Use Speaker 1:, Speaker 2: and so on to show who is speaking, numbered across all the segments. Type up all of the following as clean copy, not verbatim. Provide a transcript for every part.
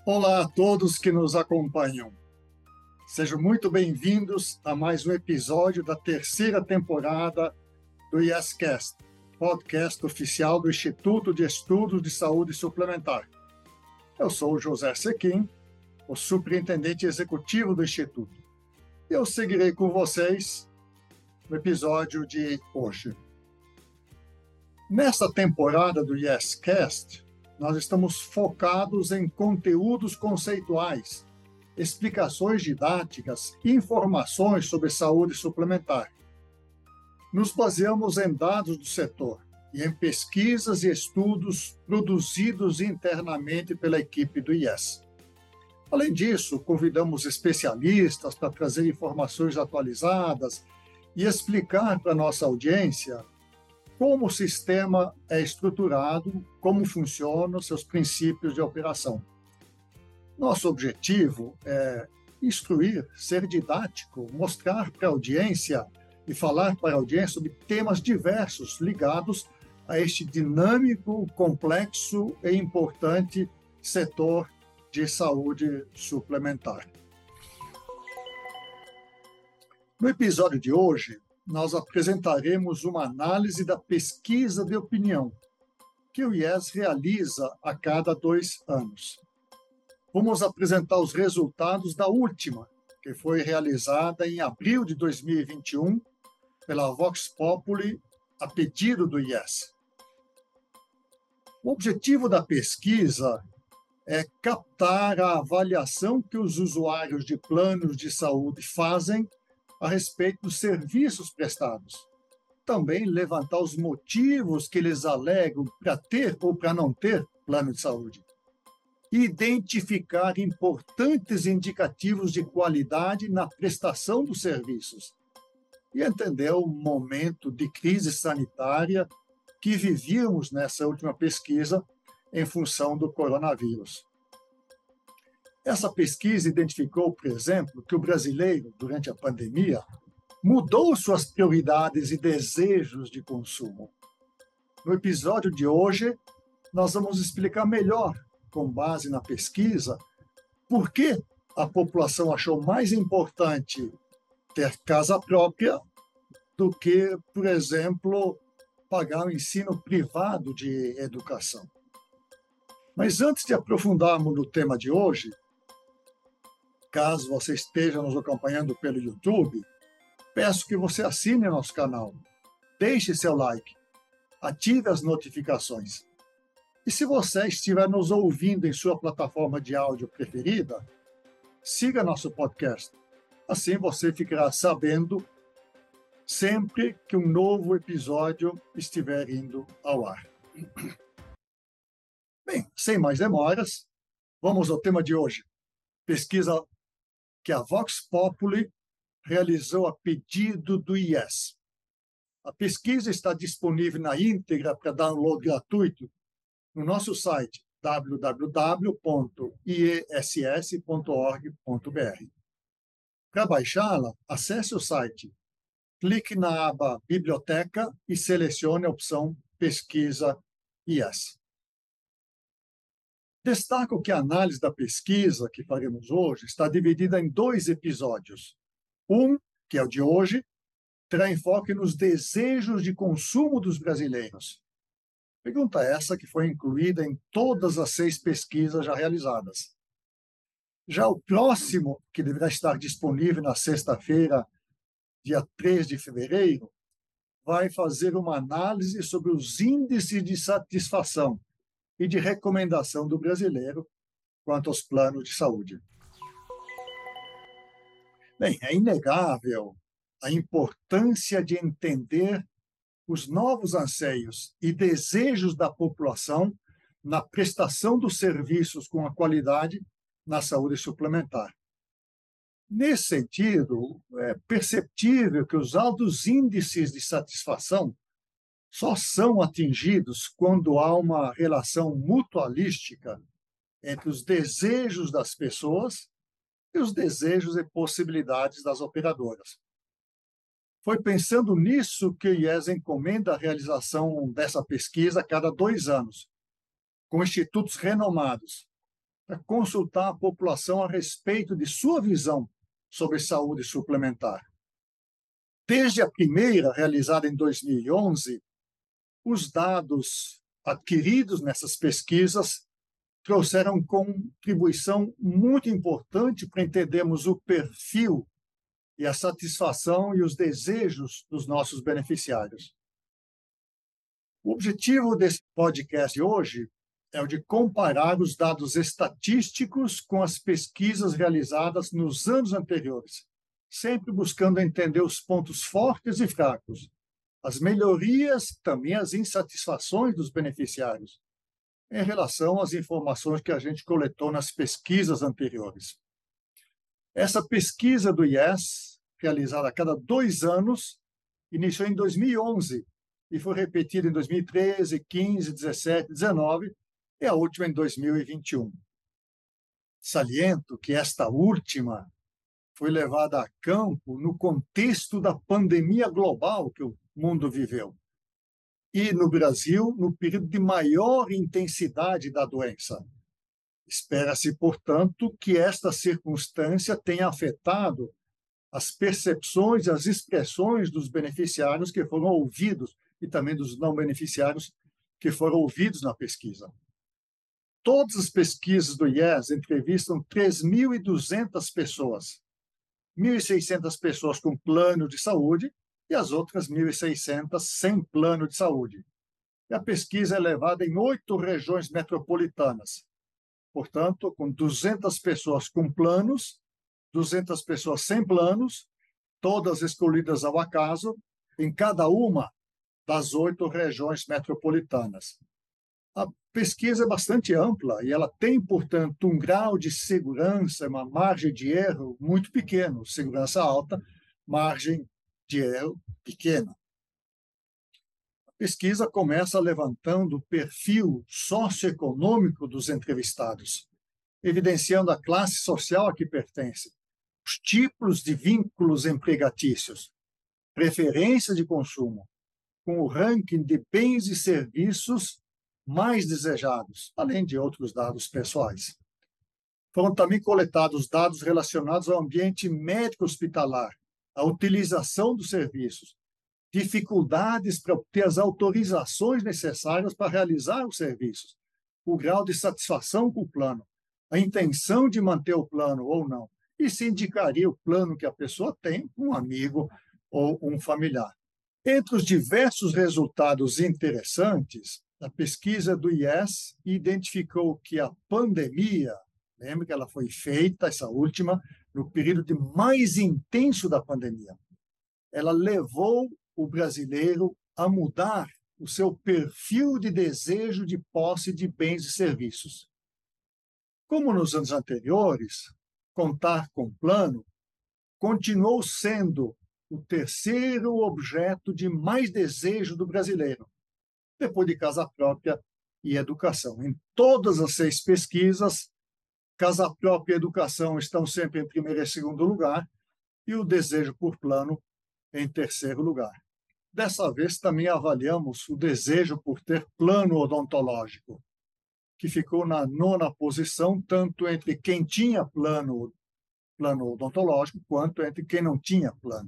Speaker 1: Olá a todos que nos acompanham. Sejam muito bem-vindos a mais um episódio da terceira temporada do YesCast, podcast oficial do Instituto de Estudos de Saúde Suplementar. Eu sou o José Sequim, o superintendente executivo do Instituto. E eu seguirei com vocês no episódio de hoje. Nesta temporada do YesCast, nós estamos focados em conteúdos conceituais, explicações didáticas, informações sobre saúde suplementar. Nos baseamos em dados do setor e em pesquisas e estudos produzidos internamente pela equipe do IES. Além disso, convidamos especialistas para trazer informações atualizadas e explicar para a nossa audiência como o sistema é estruturado, como funcionam seus princípios de operação. Nosso objetivo é instruir, ser didático, mostrar para a audiência e falar para a audiência sobre temas diversos ligados a este dinâmico, complexo e importante setor de saúde suplementar. No episódio de hoje, nós apresentaremos uma análise da pesquisa de opinião que o IES realiza a cada 2 anos. Vamos apresentar os resultados da última, que foi realizada em abril de 2021 pela Vox Populi, a pedido do IES. O objetivo da pesquisa é captar a avaliação que os usuários de planos de saúde fazem a respeito dos serviços prestados. Também levantar os motivos que eles alegam para ter ou para não ter plano de saúde. Identificar importantes indicativos de qualidade na prestação dos serviços. E entender o momento de crise sanitária que vivíamos nessa última pesquisa em função do coronavírus. Essa pesquisa identificou, por exemplo, que o brasileiro, durante a pandemia, mudou suas prioridades e desejos de consumo. No episódio de hoje, nós vamos explicar melhor, com base na pesquisa, por que a população achou mais importante ter casa própria do que, por exemplo, pagar o ensino privado de educação. Mas antes de aprofundarmos no tema de hoje, caso você esteja nos acompanhando pelo YouTube, peço que você assine nosso canal, deixe seu like, ative as notificações. E se você estiver nos ouvindo em sua plataforma de áudio preferida, siga nosso podcast. Assim você ficará sabendo sempre que um novo episódio estiver indo ao ar. Bem, sem mais demoras, vamos ao tema de hoje. Pesquisa que a Vox Populi realizou a pedido do IES. A pesquisa está disponível na íntegra para download gratuito no nosso site www.iess.org.br. Para baixá-la, acesse o site, clique na aba Biblioteca e selecione a opção Pesquisa IES. Destaco que a análise da pesquisa que faremos hoje está dividida em 2 episódios. Um, que é o de hoje, terá enfoque nos desejos de consumo dos brasileiros. Pergunta essa que foi incluída em todas as 6 pesquisas já realizadas. Já o próximo, que deverá estar disponível na sexta-feira, dia 3 de fevereiro, vai fazer uma análise sobre os índices de satisfação e de recomendação do brasileiro quanto aos planos de saúde. Bem, é inegável a importância de entender os novos anseios e desejos da população na prestação dos serviços com a qualidade na saúde suplementar. Nesse sentido, é perceptível que os altos índices de satisfação só são atingidos quando há uma relação mutualística entre os desejos das pessoas e os desejos e possibilidades das operadoras. Foi pensando nisso que o IES encomenda a realização dessa pesquisa a cada 2 anos, com institutos renomados, para consultar a população a respeito de sua visão sobre saúde suplementar. Desde a primeira, realizada em 2011, os dados adquiridos nessas pesquisas trouxeram contribuição muito importante para entendermos o perfil e a satisfação e os desejos dos nossos beneficiários. O objetivo desse podcast hoje é o de comparar os dados estatísticos com as pesquisas realizadas nos anos anteriores, sempre buscando entender os pontos fortes e fracos, as melhorias, também as insatisfações dos beneficiários, em relação às informações que a gente coletou nas pesquisas anteriores. Essa pesquisa do IES, realizada a cada 2 anos, iniciou em 2011 e foi repetida em 2013, 15, 17, 19 e a última em 2021. Saliento que esta última foi levada a campo no contexto da pandemia global que o mundo viveu. E no Brasil, no período de maior intensidade da doença. Espera-se, portanto, que esta circunstância tenha afetado as percepções e as expressões dos beneficiários que foram ouvidos e também dos não beneficiários que foram ouvidos na pesquisa. Todas as pesquisas do IES entrevistam 3.200 pessoas, 1.600 pessoas com plano de saúde e as outras 1.600 sem plano de saúde. E a pesquisa é levada em 8 regiões metropolitanas, portanto, com 200 pessoas com planos, 200 pessoas sem planos, todas escolhidas ao acaso, em cada uma das 8 regiões metropolitanas. A pesquisa é bastante ampla e ela tem, portanto, um grau de segurança, uma margem de erro muito pequeno, segurança alta, margem de erro pequena. A pesquisa começa levantando o perfil socioeconômico dos entrevistados, evidenciando a classe social a que pertence, os tipos de vínculos empregatícios, preferência de consumo, com o ranking de bens e serviços mais desejados, além de outros dados pessoais. Foram também coletados dados relacionados ao ambiente médico-hospitalar, a utilização dos serviços, dificuldades para obter as autorizações necessárias para realizar os serviços, o grau de satisfação com o plano, a intenção de manter o plano ou não, e se indicaria o plano que a pessoa tem, um amigo ou um familiar. Entre os diversos resultados interessantes, a pesquisa do IES identificou que a pandemia, lembra que ela foi feita, essa última, no período mais intenso da pandemia, ela levou o brasileiro a mudar o seu perfil de desejo de posse de bens e serviços. Como nos anos anteriores, contar com plano continuou sendo o terceiro objeto de mais desejo do brasileiro, depois de casa própria e educação. Em todas as 6 pesquisas, casa própria e educação estão sempre em primeiro e segundo lugar, e o desejo por plano em terceiro lugar. Dessa vez, também avaliamos o desejo por ter plano odontológico, que ficou na 9ª posição, tanto entre quem tinha plano odontológico, quanto entre quem não tinha plano.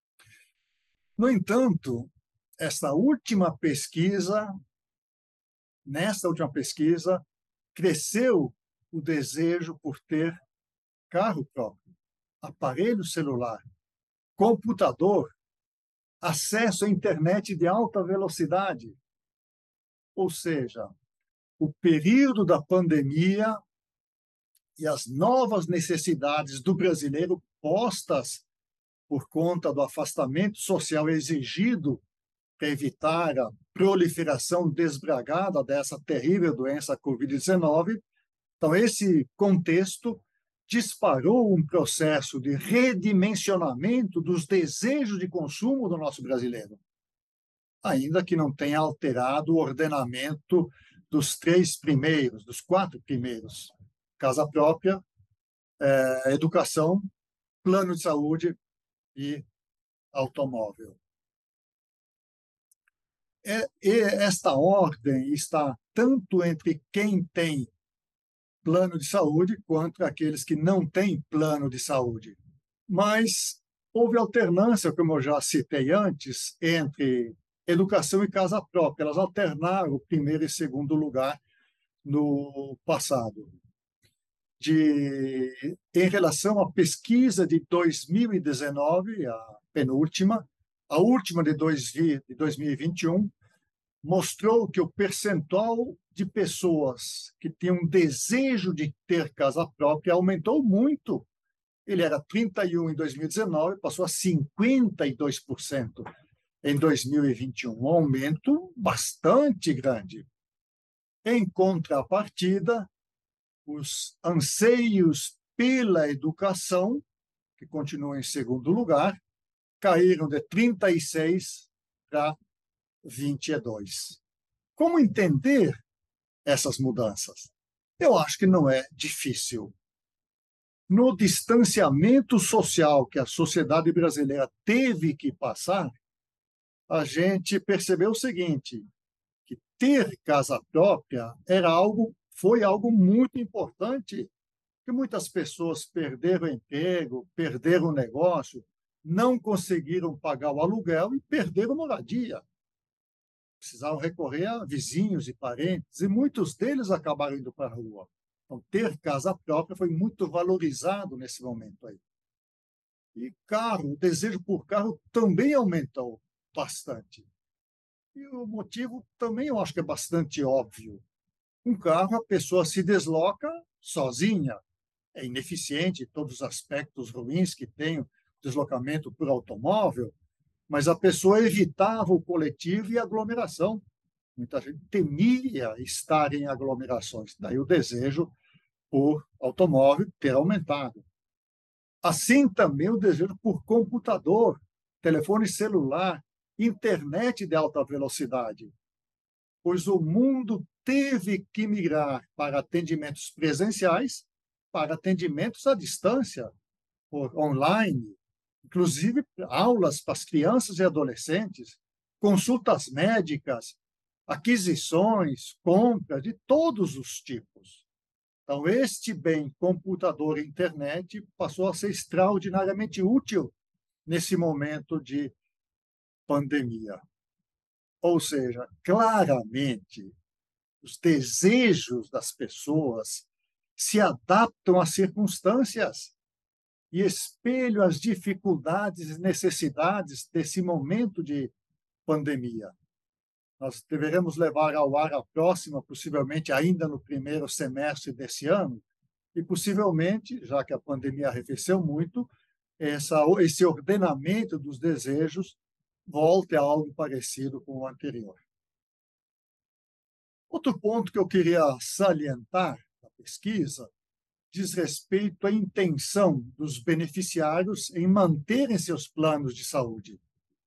Speaker 1: No entanto, nesta última pesquisa, cresceu o desejo por ter carro próprio, aparelho celular, computador, acesso à internet de alta velocidade. Ou seja, o período da pandemia e as novas necessidades do brasileiro postas por conta do afastamento social exigido para evitar a proliferação desbragada dessa terrível doença Covid-19. Então, esse contexto disparou um processo de redimensionamento dos desejos de consumo do nosso brasileiro, ainda que não tenha alterado o ordenamento dos 4 primeiros: casa própria, educação, plano de saúde e automóvel. E esta ordem está tanto entre quem tem plano de saúde quanto aqueles que não têm plano de saúde. Mas houve alternância, como eu já citei antes, entre educação e casa própria. Elas alternaram o primeiro e segundo lugar no passado. Em relação à pesquisa de 2019, a penúltima, a última de 2021, mostrou que o percentual de pessoas que tinham desejo de ter casa própria aumentou muito. Ele era 31% em 2019, passou a 52% em 2021, um aumento bastante grande. Em contrapartida, os anseios pela educação, que continuam em segundo lugar, caíram de 36 para 22. Como entender essas mudanças? Eu acho que não é difícil. No distanciamento social que a sociedade brasileira teve que passar, a gente percebeu o seguinte, que ter casa própria foi algo muito importante, que muitas pessoas perderam o emprego, perderam o negócio, não conseguiram pagar o aluguel e perderam a moradia. Precisavam recorrer a vizinhos e parentes, e muitos deles acabaram indo para a rua. Então, ter casa própria foi muito valorizado nesse momento aí. E carro, o desejo por carro também aumentou bastante. E o motivo também eu acho que é bastante óbvio. Um carro, a pessoa se desloca sozinha. É ineficiente, todos os aspectos ruins que tem o deslocamento por automóvel, mas a pessoa evitava o coletivo e a aglomeração. Muita gente temia estar em aglomerações. Daí o desejo por automóvel ter aumentado. Assim também o desejo por computador, telefone celular, internet de alta velocidade, pois o mundo teve que migrar para atendimentos presenciais para atendimentos à distância, por online, inclusive aulas para as crianças e adolescentes, consultas médicas, aquisições, compras de todos os tipos. Então, este bem, computador e internet, passou a ser extraordinariamente útil nesse momento de pandemia. Ou seja, claramente, os desejos das pessoas se adaptam às circunstâncias e espelham as dificuldades e necessidades desse momento de pandemia. Nós deveremos levar ao ar a próxima, possivelmente ainda no primeiro semestre desse ano, e possivelmente, já que a pandemia arrefeceu muito, esse ordenamento dos desejos volte a algo parecido com o anterior. Outro ponto que eu queria salientar na pesquisa diz respeito à intenção dos beneficiários em manterem seus planos de saúde.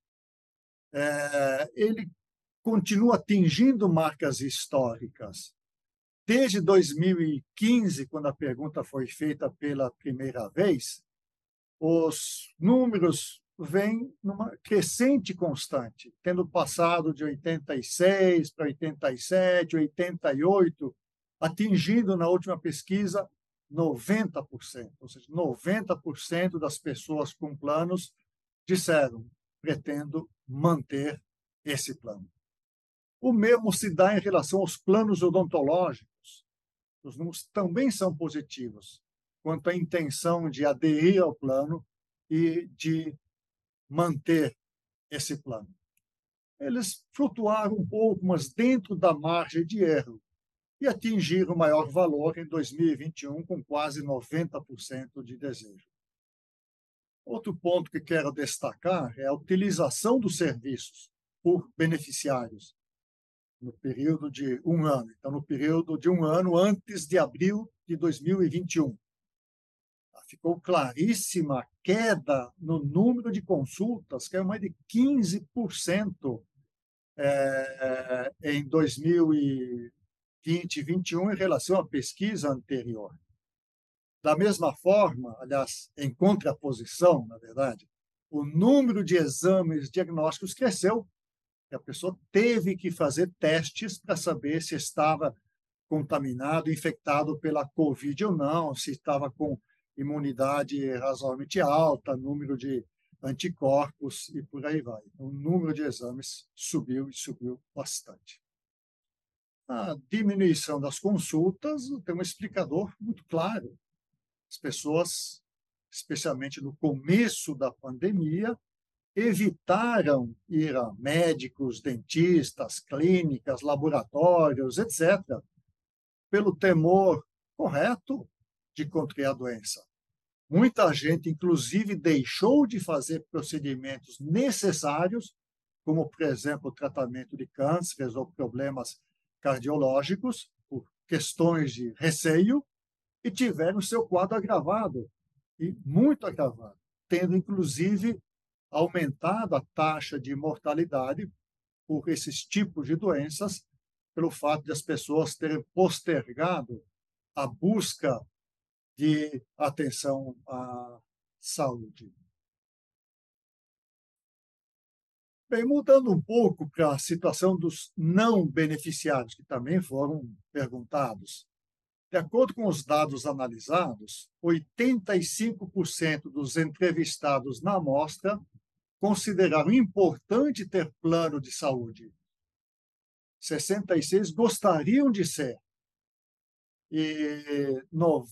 Speaker 1: Ele continua atingindo marcas históricas. Desde 2015, quando a pergunta foi feita pela primeira vez, os números vêm numa crescente constante, tendo passado de 86 para 87, 88, atingindo na última pesquisa 90%, ou seja, 90% das pessoas com planos disseram, pretendo manter esse plano. O mesmo se dá em relação aos planos odontológicos. Os números também são positivos quanto à intenção de aderir ao plano e de manter esse plano. Eles flutuaram um pouco, mas dentro da margem de erro, e atingiram o maior valor em 2021, com quase 90% de desejo. Outro ponto que quero destacar é a utilização dos serviços por beneficiários no período de um ano. Então, no período de um ano antes de abril de 2021. Ficou claríssima a queda no número de consultas, que é mais de 15% em 2020 e 2021 em relação à pesquisa anterior. Da mesma forma, aliás, em contraposição, na verdade, o número de exames diagnósticos cresceu. A pessoa teve que fazer testes para saber se estava contaminado, infectado pela Covid ou não, se estava com imunidade razoavelmente alta, número de anticorpos e por aí vai. O número de exames subiu e subiu bastante. A diminuição das consultas tem um explicador muito claro. As pessoas, especialmente no começo da pandemia, evitaram ir a médicos, dentistas, clínicas, laboratórios, etc., pelo temor correto de contrair a doença. Muita gente, inclusive, deixou de fazer procedimentos necessários, como, por exemplo, o tratamento de cânceres ou problemas cardiológicos, por questões de receio, e tiveram seu quadro agravado, e muito agravado, tendo, inclusive, aumentado a taxa de mortalidade por esses tipos de doenças, pelo fato de as pessoas terem postergado a busca de atenção à saúde. Bem, mudando um pouco para a situação dos não beneficiários, que também foram perguntados. De acordo com os dados analisados, 85% dos entrevistados na amostra consideraram importante ter plano de saúde. 66% gostariam de ser. E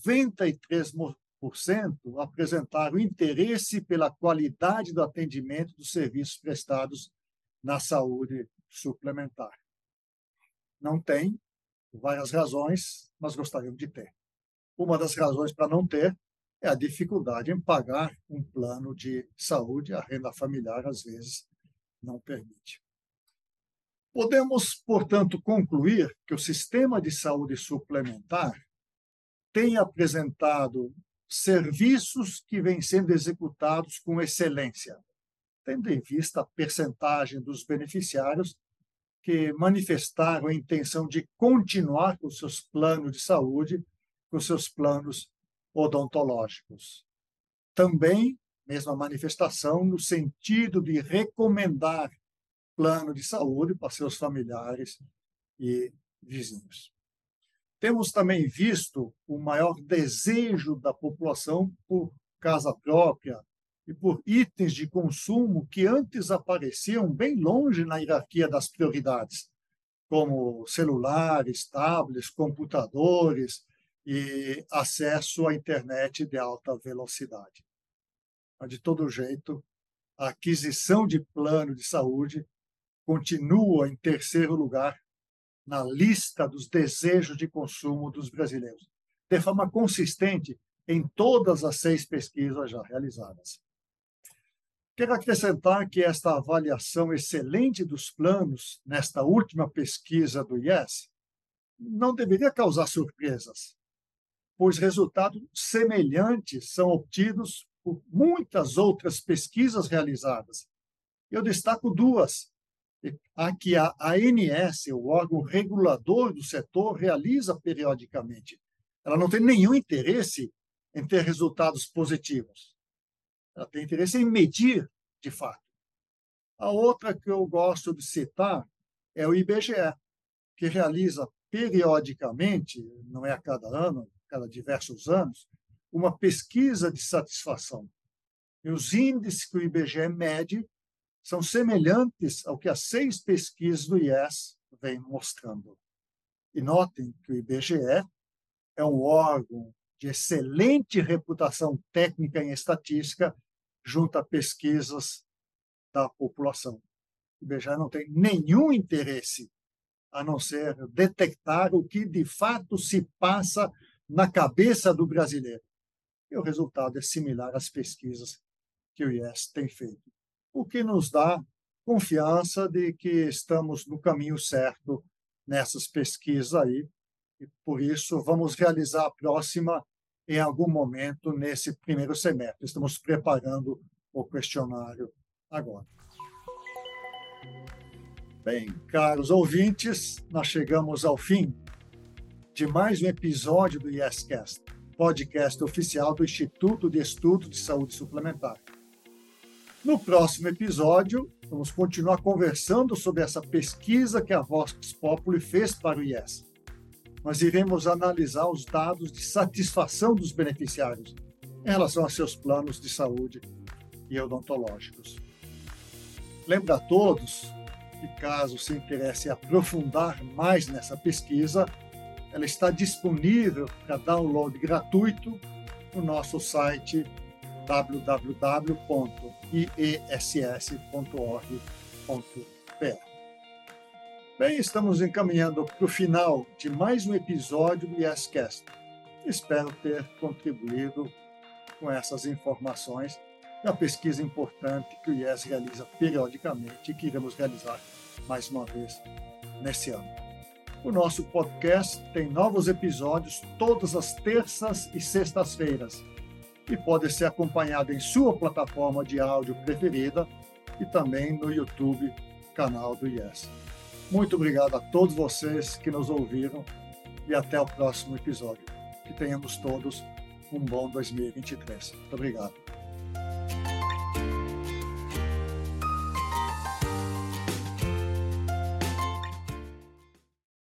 Speaker 1: 93% apresentaram interesse pela qualidade do atendimento dos serviços prestados na saúde suplementar. Não tem, por várias razões, mas gostariam de ter. Uma das razões para não ter é a dificuldade em pagar um plano de saúde. A renda familiar, às vezes, não permite. Podemos, portanto, concluir que o sistema de saúde suplementar tem apresentado serviços que vêm sendo executados com excelência, tendo em vista a percentagem dos beneficiários que manifestaram a intenção de continuar com seus planos de saúde, com seus planos odontológicos. Também, mesma manifestação no sentido de recomendar plano de saúde para seus familiares e vizinhos. Temos também visto o maior desejo da população por casa própria e por itens de consumo que antes apareciam bem longe na hierarquia das prioridades, como celulares, tablets, computadores e acesso à internet de alta velocidade. Mas, de todo jeito, a aquisição de plano de saúde continua em terceiro lugar na lista dos desejos de consumo dos brasileiros, de forma consistente em todas as 6 pesquisas já realizadas. Quero acrescentar que esta avaliação excelente dos planos, nesta última pesquisa do IES, não deveria causar surpresas, pois resultados semelhantes são obtidos por muitas outras pesquisas realizadas. Eu destaco 2. A que a ANS, o órgão regulador do setor, realiza periodicamente. Ela não tem nenhum interesse em ter resultados positivos. Ela tem interesse em medir, de fato. A outra que eu gosto de citar é o IBGE, que realiza periodicamente, não é a cada ano, a cada diversos anos, uma pesquisa de satisfação. E os índices que o IBGE mede são semelhantes ao que as 6 pesquisas do IES vêm mostrando. E notem que o IBGE é um órgão de excelente reputação técnica em estatística junto a pesquisas da população. O IBGE não tem nenhum interesse a não ser detectar o que de fato se passa na cabeça do brasileiro. E o resultado é similar às pesquisas que o IES tem feito, o que nos dá confiança de que estamos no caminho certo nessas pesquisas aí, e por isso vamos realizar a próxima em algum momento nesse primeiro semestre. Estamos preparando o questionário agora. Bem, caros ouvintes, nós chegamos ao fim de mais um episódio do IEScast, podcast oficial do Instituto de Estudos de Saúde Suplementar. No próximo episódio, vamos continuar conversando sobre essa pesquisa que a Vox Populi fez para o IES. nós iremos analisar os dados de satisfação dos beneficiários em relação a seus planos de saúde e odontológicos. Lembro a todos que, caso se interesse em aprofundar mais nessa pesquisa, ela está disponível para download gratuito no nosso site www.iess.org.br. Bem, estamos encaminhando para o final de mais um episódio do IEScast. Espero ter contribuído com essas informações da pesquisa importante que o IES realiza periodicamente e que iremos realizar mais uma vez nesse ano. O nosso podcast tem novos episódios todas as terças e sextas-feiras e pode ser acompanhado em sua plataforma de áudio preferida e também no YouTube, canal do IES. Muito obrigado a todos vocês que nos ouviram e até o próximo episódio. Que tenhamos todos um bom 2023. Muito obrigado.